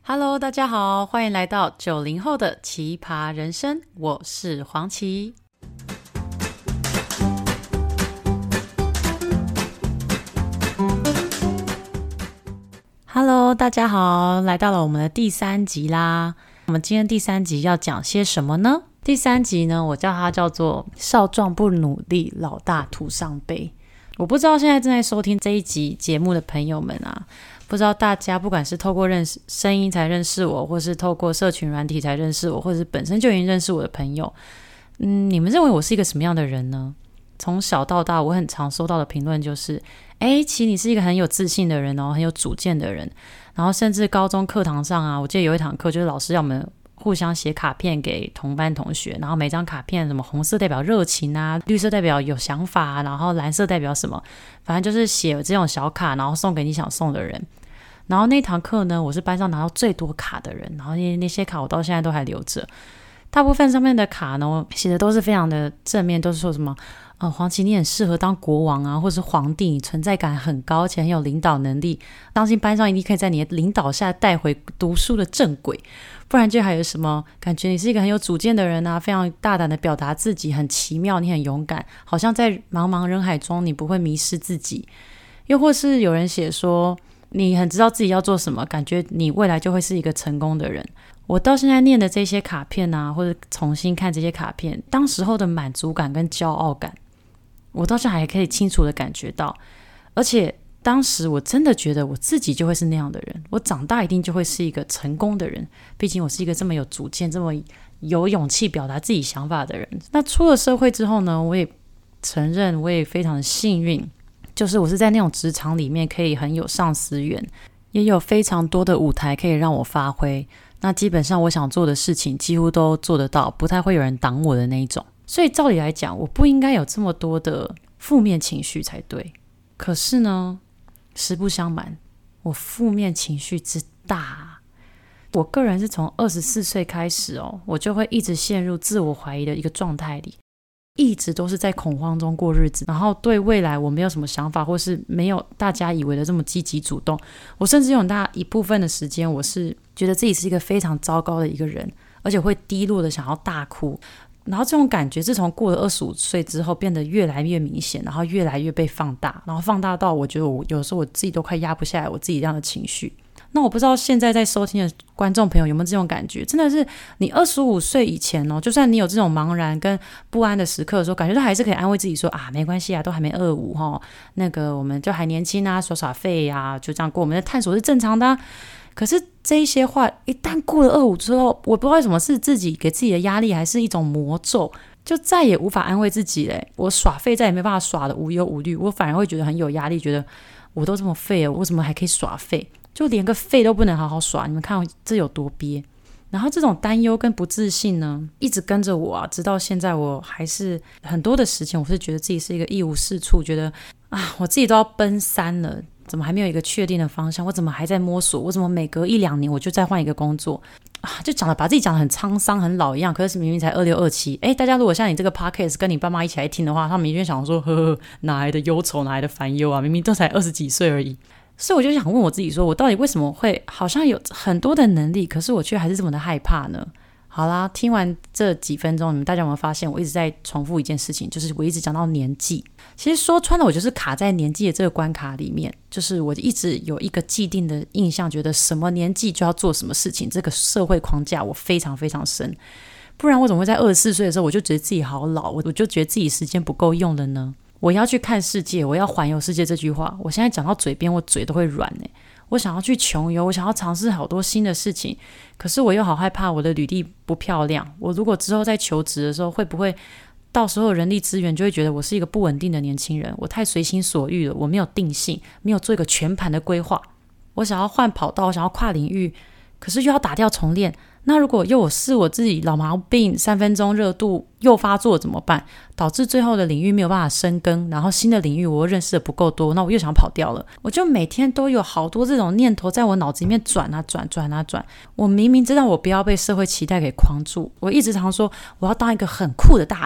Hello， 大家好，欢迎来到90后的奇葩人生，我是黄琦。Hello， 大家好，来到了我们的第3集啦。我们今天第3集要讲些什么呢？第3集呢，我它叫做少壮不努力，老大徒伤悲。我不知道现在正在收听这一集节目的朋友们啊，不知道大家不管是透过认识声音才认识我，或是透过社群软体才认识我，或者是本身就已经认识我的朋友，你们认为我是一个什么样的人呢？从小到大我很常收到的评论就是其实你是一个很有自信的人哦，很有主见的人。然后甚至高中课堂上啊，我记得有一堂课就是老师要我们互相写卡片给同班同学，然后每张卡片什么红色代表热情啊，绿色代表有想法啊，然后蓝色代表什么，反正就是写这种小卡，然后送给你想送的人。然后那堂课呢，我是班上拿到最多卡的人，然后那些卡我到现在都还留着。大部分上面的卡呢，写的都是非常的正面，都是说什么黄琦你很适合当国王啊，或是皇帝，你存在感很高，而且很有领导能力，相信班上一定可以在你的领导下带回读书的正轨。不然就还有什么感觉你是一个很有主见的人啊，非常大胆的表达自己，很奇妙，你很勇敢，好像在茫茫人海中你不会迷失自己。又或是有人写说你很知道自己要做什么，感觉你未来就会是一个成功的人。我到现在念的这些卡片啊，或者重新看这些卡片，当时候的满足感跟骄傲感，我到现在还可以清楚的感觉到。而且当时我真的觉得我自己就会是那样的人，我长大一定就会是一个成功的人，毕竟我是一个这么有主见，这么有勇气表达自己想法的人。那出了社会之后呢，我也承认我也非常的幸运，就是我是在那种职场里面可以很有上司缘，也有非常多的舞台可以让我发挥。那基本上我想做的事情几乎都做得到，不太会有人挡我的那一种。所以照理来讲，我不应该有这么多的负面情绪才对。可是呢，实不相瞒，我负面情绪之大。我个人是从24岁开始我就会一直陷入自我怀疑的一个状态里，一直都是在恐慌中过日子，然后对未来我没有什么想法，或是没有大家以为的这么积极主动。我甚至有很大一部分的时间，我是觉得自己是一个非常糟糕的一个人，而且会低落的想要大哭。然后这种感觉自从过了25岁之后变得越来越明显，然后越来越被放大，然后放大到我觉得我有时候我自己都快压不下来我自己这样的情绪。那我不知道现在在收听的观众朋友有没有这种感觉，真的是你25岁以前就算你有这种茫然跟不安的时刻的时候，感觉都还是可以安慰自己说没关系啊，都还没25那个我们就还年轻啊，耍耍废啊，就这样过，我们的探索是正常的可是这一些话一旦过了25之后，我不知道为什么是自己给自己的压力，还是一种魔咒，就再也无法安慰自己嘞。我耍废再也没办法耍的无忧无虑，我反而会觉得很有压力，觉得我都这么废了，我怎么还可以耍废？就连个废都不能好好耍，你们看这有多憋。然后这种担忧跟不自信呢，一直跟着我直到现在。我还是很多的时间我是觉得自己是一个一无是处，觉得我自己都要奔3了，怎么还没有一个确定的方向？我怎么还在摸索？我怎么每隔1-2年我就再换一个工作就把自己讲得很沧桑很老一样，可是明明才26、27。大家如果像你这个 podcast 跟你爸妈一起来听的话，他们一定想说呵哪来的忧愁，哪来的烦忧啊，明明都才20几岁而已。所以我就想问我自己说，我到底为什么会好像有很多的能力，可是我却还是这么的害怕呢？好啦，听完这几分钟，你们大家有没有发现我一直在重复一件事情，就是我一直讲到年纪。其实说穿了，我就是卡在年纪的这个关卡里面，就是我一直有一个既定的印象，觉得什么年纪就要做什么事情，这个社会框架我非常非常深。不然我怎么会在24岁的时候我就觉得自己好老，我就觉得自己时间不够用了呢？我要去看世界，我要环游世界这句话，我现在讲到嘴边我嘴都会软我想要去穷游，我想要尝试好多新的事情，可是我又好害怕我的履历不漂亮。我如果之后在求职的时候，会不会到时候人力资源就会觉得我是一个不稳定的年轻人，我太随心所欲了，我没有定性，没有做一个全盘的规划。我想要换跑道，我想要跨领域，可是又要打掉重练。那如果又是我自己老毛病3分钟热度又发作怎么办？导致最后的领域没有办法深耕，然后新的领域我又认识的不够多，那我又想跑掉了。我就每天都有好多这种念头在我脑子里面转啊转转啊转。我明明知道我不要被社会期待给框住，我一直常说我要当一个很酷的大人，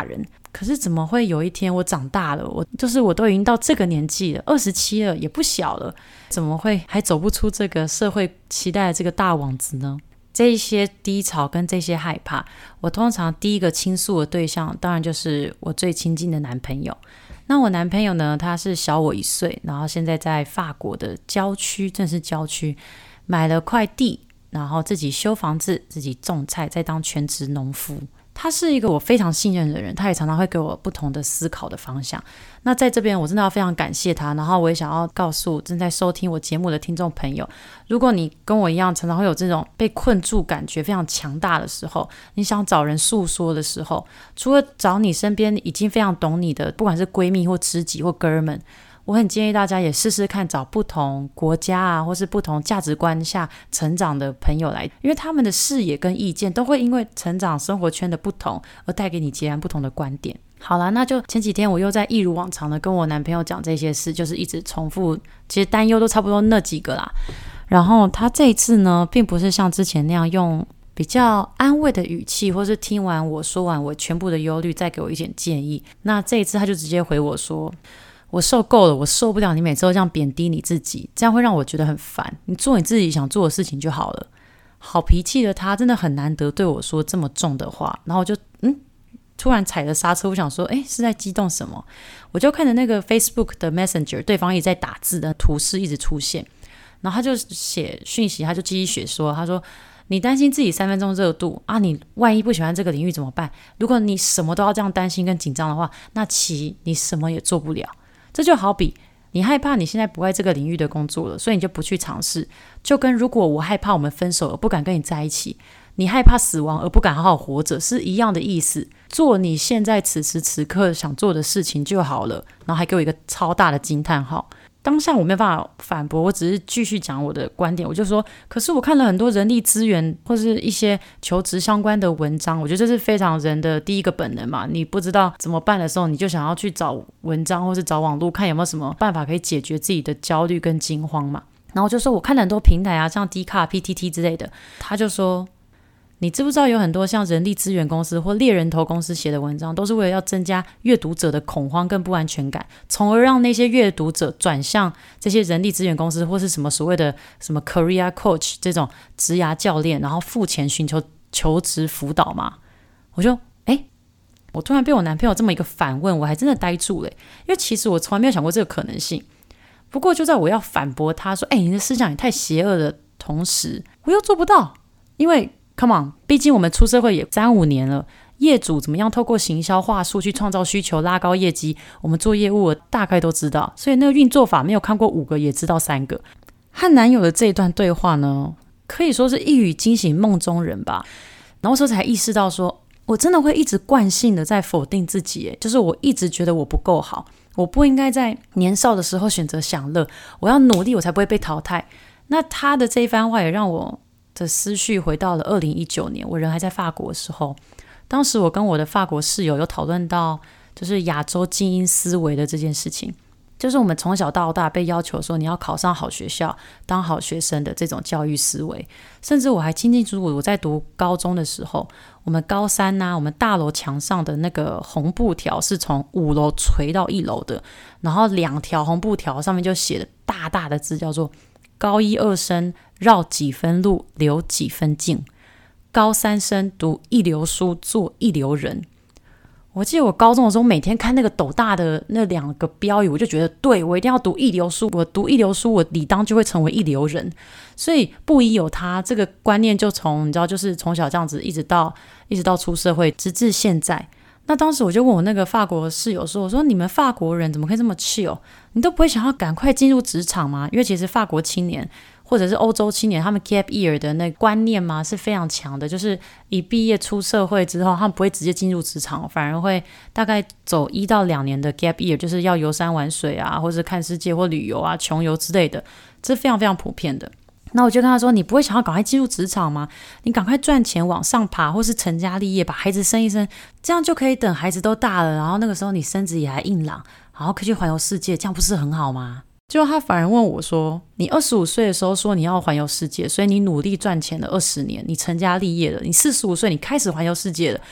可是怎么会有一天我长大了，我都已经到这个年纪了，27了，也不小了，怎么会还走不出这个社会期待的这个大网子呢？这一些低潮跟这些害怕，我通常第一个倾诉的对象当然就是我最亲近的男朋友。那我男朋友呢，他是小我1岁，然后现在在法国的郊区，正是郊区，买了块地，然后自己修房子，自己种菜，再当全职农夫。他是一个我非常信任的人，他也常常会给我不同的思考的方向。那在这边我真的要非常感谢他，然后我也想要告诉正在收听我节目的听众朋友，如果你跟我一样常常会有这种被困住感觉非常强大的时候，你想找人诉说的时候，除了找你身边已经非常懂你的，不管是闺蜜或知己或哥们，我很建议大家也试试看找不同国家啊，或是不同价值观下成长的朋友来，因为他们的视野跟意见都会因为成长生活圈的不同而带给你截然不同的观点。好啦，那就前几天我又在一如往常的跟我男朋友讲这些事，就是一直重复，其实担忧都差不多那几个啦。然后他这一次呢，并不是像之前那样用比较安慰的语气，或是听完我说完我全部的忧虑再给我一点建议。那这一次他就直接回我说，我受够了，我受不了你每次都这样贬低你自己，这样会让我觉得很烦，你做你自己想做的事情就好了。好脾气的他真的很难得对我说这么重的话，然后我就突然踩了刹车，我想说是在激动什么。我就看着那个 Facebook 的 Messenger 对方一直在打字的图示一直出现，然后他就写讯息，他就继续写说，他说你担心自己3分钟热度啊，你万一不喜欢这个领域怎么办？如果你什么都要这样担心跟紧张的话，那其你什么也做不了。这就好比你害怕你现在不爱这个领域的工作了，所以你就不去尝试，就跟如果我害怕我们分手而不敢跟你在一起，你害怕死亡而不敢好好活着，是一样的意思。做你现在此时此刻想做的事情就好了，然后还给我一个超大的惊叹号。当下我没有办法反驳，我只是继续讲我的观点。我就说，可是我看了很多人力资源或是一些求职相关的文章，我觉得这是非常人的第一个本能嘛。你不知道怎么办的时候，你就想要去找文章或是找网络看有没有什么办法可以解决自己的焦虑跟惊慌嘛。然后就说我看了很多平台啊，像 Dcard、PTT 之类的，他就说你知不知道有很多像人力资源公司或猎人头公司写的文章，都是为了要增加阅读者的恐慌跟不安全感，从而让那些阅读者转向这些人力资源公司或是什么所谓的什么 career coach 这种职涯教练，然后付钱寻求求职辅导嘛。我就我突然被我男朋友这么一个反问，我还真的呆住了，因为其实我从来没有想过这个可能性。不过就在我要反驳他说你的思想也太邪恶的同时，我又做不到，因为Come on， 毕竟我们出社会也3-5年了，业主怎么样透过行销话术去创造需求拉高业绩，我们做业务大概都知道，所以那个运作法没有看过5个也知道3个。和男友的这一段对话呢，可以说是一语惊醒梦中人吧。然后时候才意识到说，我真的会一直惯性的在否定自己，就是我一直觉得我不够好，我不应该在年少的时候选择享乐，我要努力我才不会被淘汰。那他的这一番话也让我的思绪回到了2019年，我人还在法国的时候，当时我跟我的法国室友有讨论到就是亚洲精英思维的这件事情，就是我们从小到大被要求说你要考上好学校当好学生的这种教育思维。甚至我还清清楚楚，我在读高中的时候，我们高3我们大楼墙上的那个红布条是从5楼垂到1楼的，然后2条红布条上面就写的大大的字叫做高1、2生绕几分路留几分劲，高3生读一流书做一流人。我记得我高中的时候每天看那个斗大的那2个标语，我就觉得对，我一定要读一流书，我读一流书我理当就会成为一流人。所以不疑有他，这个观念就从你知道就是从小这样子一直到出社会直至现在。那当时我就问我那个法国室友说，我说你们法国人怎么可以这么 chill， 你都不会想要赶快进入职场吗？因为其实法国青年或者是欧洲青年，他们 gap year 的那个观念嘛是非常强的，就是一毕业出社会之后，他们不会直接进入职场，反而会大概走1到2年的 gap year， 就是要游山玩水啊，或者看世界或旅游啊、穷游之类的，这是非常非常普遍的。那我就跟他说，你不会想要赶快进入职场吗？你赶快赚钱往上爬，或是成家立业，把孩子生一生，这样就可以等孩子都大了，然后那个时候你身子也还硬朗，然后可以去环游世界，这样不是很好吗？结果他反而问我说，你25岁的时候说你要环游世界，所以你努力赚钱了20年，你成家立业了，你45岁你开始环游世界了，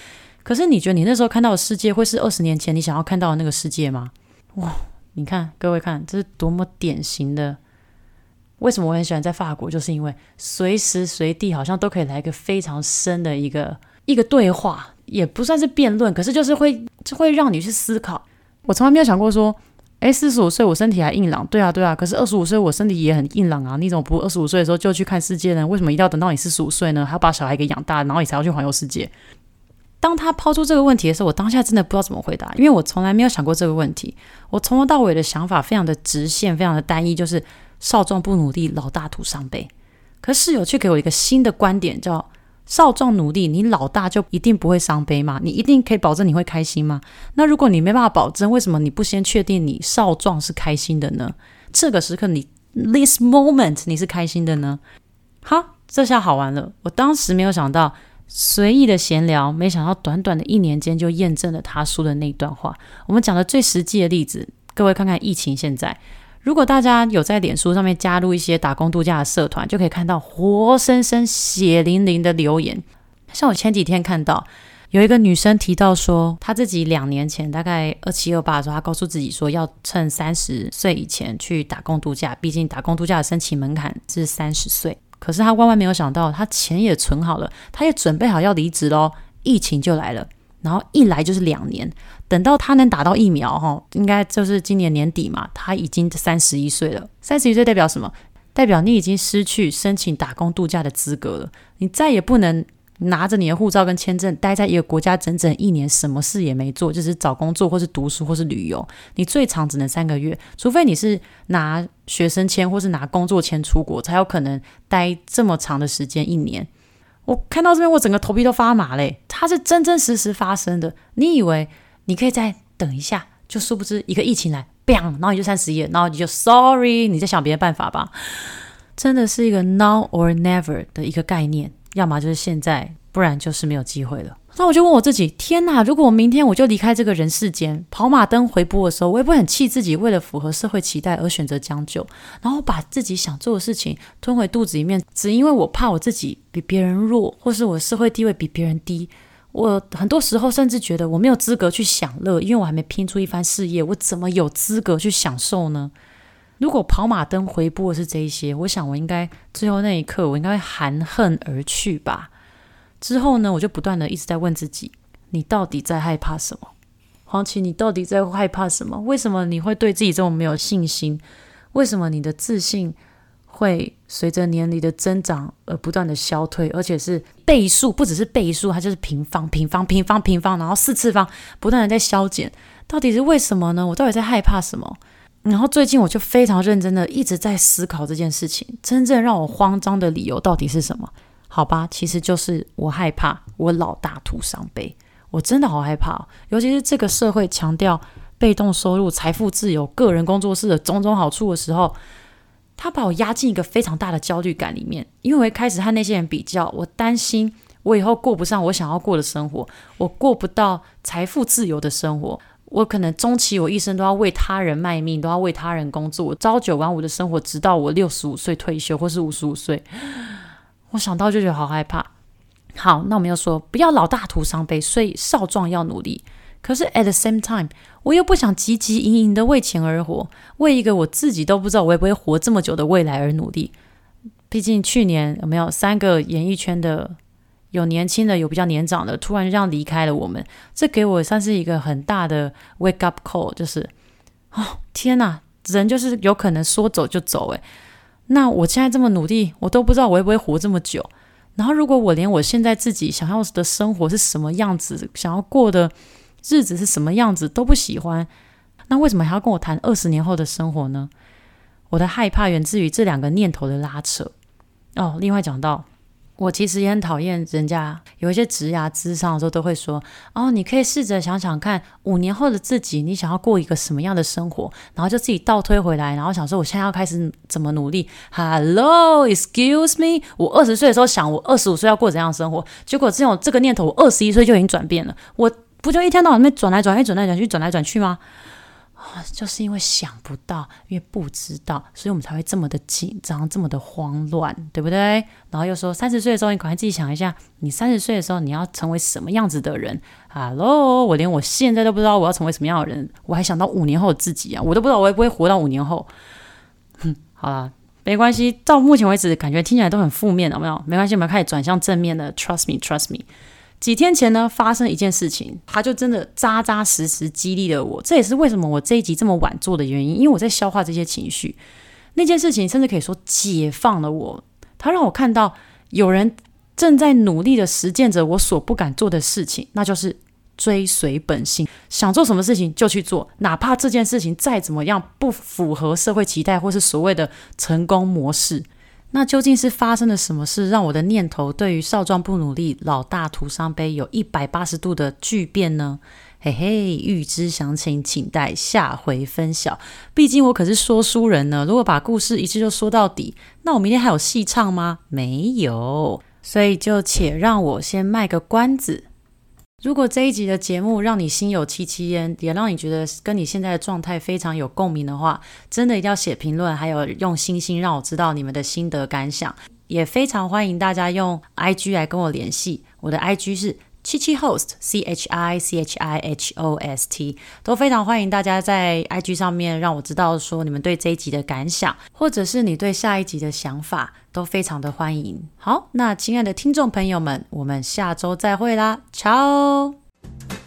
可是你觉得你那时候看到的世界会是20年前你想要看到的那个世界吗？哇，你看各位看，这是多么典型的。为什么我很喜欢在法国，就是因为随时随地好像都可以来一个非常深的一个对话，也不算是辩论，可是就是会让你去思考。我从来没有想过说45岁我身体还硬朗，对啊，可是25岁我身体也很硬朗啊，你怎么不25岁的时候就去看世界呢？为什么一定要等到你45岁呢？还要把小孩给养大，然后你才要去环游世界？当他抛出这个问题的时候，我当下真的不知道怎么回答，因为我从来没有想过这个问题。我从头到尾的想法非常的直线，非常的单一，就是少壮不努力，老大徒伤悲。可是室友却给我一个新的观点，叫少壮努力，你老大就一定不会伤悲吗？你一定可以保证你会开心吗？那如果你没办法保证，为什么你不先确定你少壮是开心的呢？这个时刻你 this moment 你是开心的呢？好，这下好玩了。我当时没有想到随意的闲聊，没想到短短的1年间就验证了他说的那段话。我们讲的最实际的例子，各位看看疫情现在，如果大家有在脸书上面加入一些打工度假的社团，就可以看到活生生血淋淋的留言。像我前几天看到有一个女生提到说，她自己2年前大概27、28的时候，她告诉自己说要趁30岁以前去打工度假，毕竟打工度假的申请门槛是30岁。可是她万万没有想到，她钱也存好了，她也准备好要离职咯，疫情就来了，然后一来就是2年，等到她能打到疫苗，应该就是今年年底嘛，她已经31岁了。31岁代表什么？代表你已经失去申请打工度假的资格了，你再也不能拿着你的护照跟签证待在一个国家整整1年，什么事也没做，就是找工作或是读书或是旅游，你最长只能3个月，除非你是拿学生签或是拿工作签出国，才有可能待这么长的时间1年。我看到这边我整个头皮都发麻嘞，它是真真实实发生的。你以为你可以再等一下，就殊不知一个疫情来 bang， 然后你就31，然后你就 sorry， 你在想别的办法吧。真的是一个 now or never 的一个概念，要么就是现在，不然就是没有机会了。那我就问我自己，天哪，如果我明天我就离开这个人世间，跑马灯回拨的时候，我也不会很气自己为了符合社会期待而选择将就，然后把自己想做的事情吞回肚子里面，只因为我怕我自己比别人弱，或是我的社会地位比别人低。我很多时候甚至觉得我没有资格去享乐，因为我还没拼出一番事业，我怎么有资格去享受呢？如果跑马灯回拨的是这一些，我想我应该最后那一刻我应该会含恨而去吧。之后呢，我就不断的一直在问自己，你到底在害怕什么？黄琦，你到底在害怕什么？为什么你会对自己这么没有信心？为什么你的自信会随着年龄的增长而不断的消退，而且是倍数，不只是倍数，它就是平方，然后4次方，不断的在消减。到底是为什么呢？我到底在害怕什么？然后最近我就非常认真的一直在思考这件事情，真正让我慌张的理由到底是什么？好吧，其实就是我害怕我老大徒伤悲。我真的好害怕尤其是这个社会强调被动收入、财富自由、个人工作室的种种好处的时候，他把我压进一个非常大的焦虑感里面。因为我一开始和那些人比较，我担心我以后过不上我想要过的生活，我过不到财富自由的生活，我可能终其我一生都要为他人卖命，都要为他人工作，我朝9晚5的生活，直到我65岁退休或是55岁。我想到就觉得好害怕。好，那我们又说不要老大徒伤悲，所以少壮要努力。可是 at the same time， 我又不想汲汲营营的为钱而活，为一个我自己都不知道我会不会活这么久的未来而努力。毕竟去年有没有3个演艺圈的，有年轻的有比较年长的，突然就这样离开了我们，这给我算是一个很大的 wake up call， 就是天哪，人就是有可能说走就走那我现在这么努力，我都不知道我会不会活这么久。然后如果我连我现在自己想要的生活是什么样子，想要过的日子是什么样子都不喜欢，那为什么还要跟我谈20年后的生活呢？我的害怕源自于这2个念头的拉扯。另外讲到我其实也很讨厌人家有一些职涯咨商的时候都会说你可以试着想想看5年后的自己，你想要过一个什么样的生活，然后就自己倒推回来，然后想说我现在要开始怎么努力。 Hello excuse me， 我20岁的时候想我25岁要过怎样的生活，结果这个念头我21岁就已经转变了，我不就一天到晚那边转来转去吗？ 就是因为想不到，因为不知道，所以我们才会这么的紧张，这么的慌乱，对不对？然后又说30岁的时候，你赶快自己想一下，你30岁的时候你要成为什么样子的人。 Hello， 我连我现在都不知道我要成为什么样的人，我还想到5年后的自己啊，我都不知道我会不会活到5年后。好啦，没关系，到目前为止感觉听起来都很负面，有没有？没关系，我们开始转向正面的 Trust me。几天前呢，发生一件事情，它就真的扎扎实实激励了我。这也是为什么我这一集这么晚做的原因，因为我在消化这些情绪。那件事情甚至可以说解放了我，它让我看到有人正在努力的实践着我所不敢做的事情，那就是追随本心，想做什么事情就去做，哪怕这件事情再怎么样不符合社会期待或是所谓的成功模式。那究竟是发生了什么事，让我的念头对于少壮不努力，老大徒伤悲有180度的巨变呢？嘿嘿，预知详情请待下回分晓。毕竟我可是说书人呢，如果把故事一次就说到底，那我明天还有戏唱吗？没有，所以就且让我先卖个关子。如果这一集的节目让你心有戚戚焉，也让你觉得跟你现在的状态非常有共鸣的话，真的一定要写评论，还有用星星让我知道你们的心得感想。也非常欢迎大家用 IG 来跟我联系，我的 IG 是chichihost CHICHIHOST， 都非常欢迎大家在 IG 上面让我知道说你们对这一集的感想，或者是你对下一集的想法，都非常的欢迎。好，那亲爱的听众朋友们，我们下周再会啦，Ciao。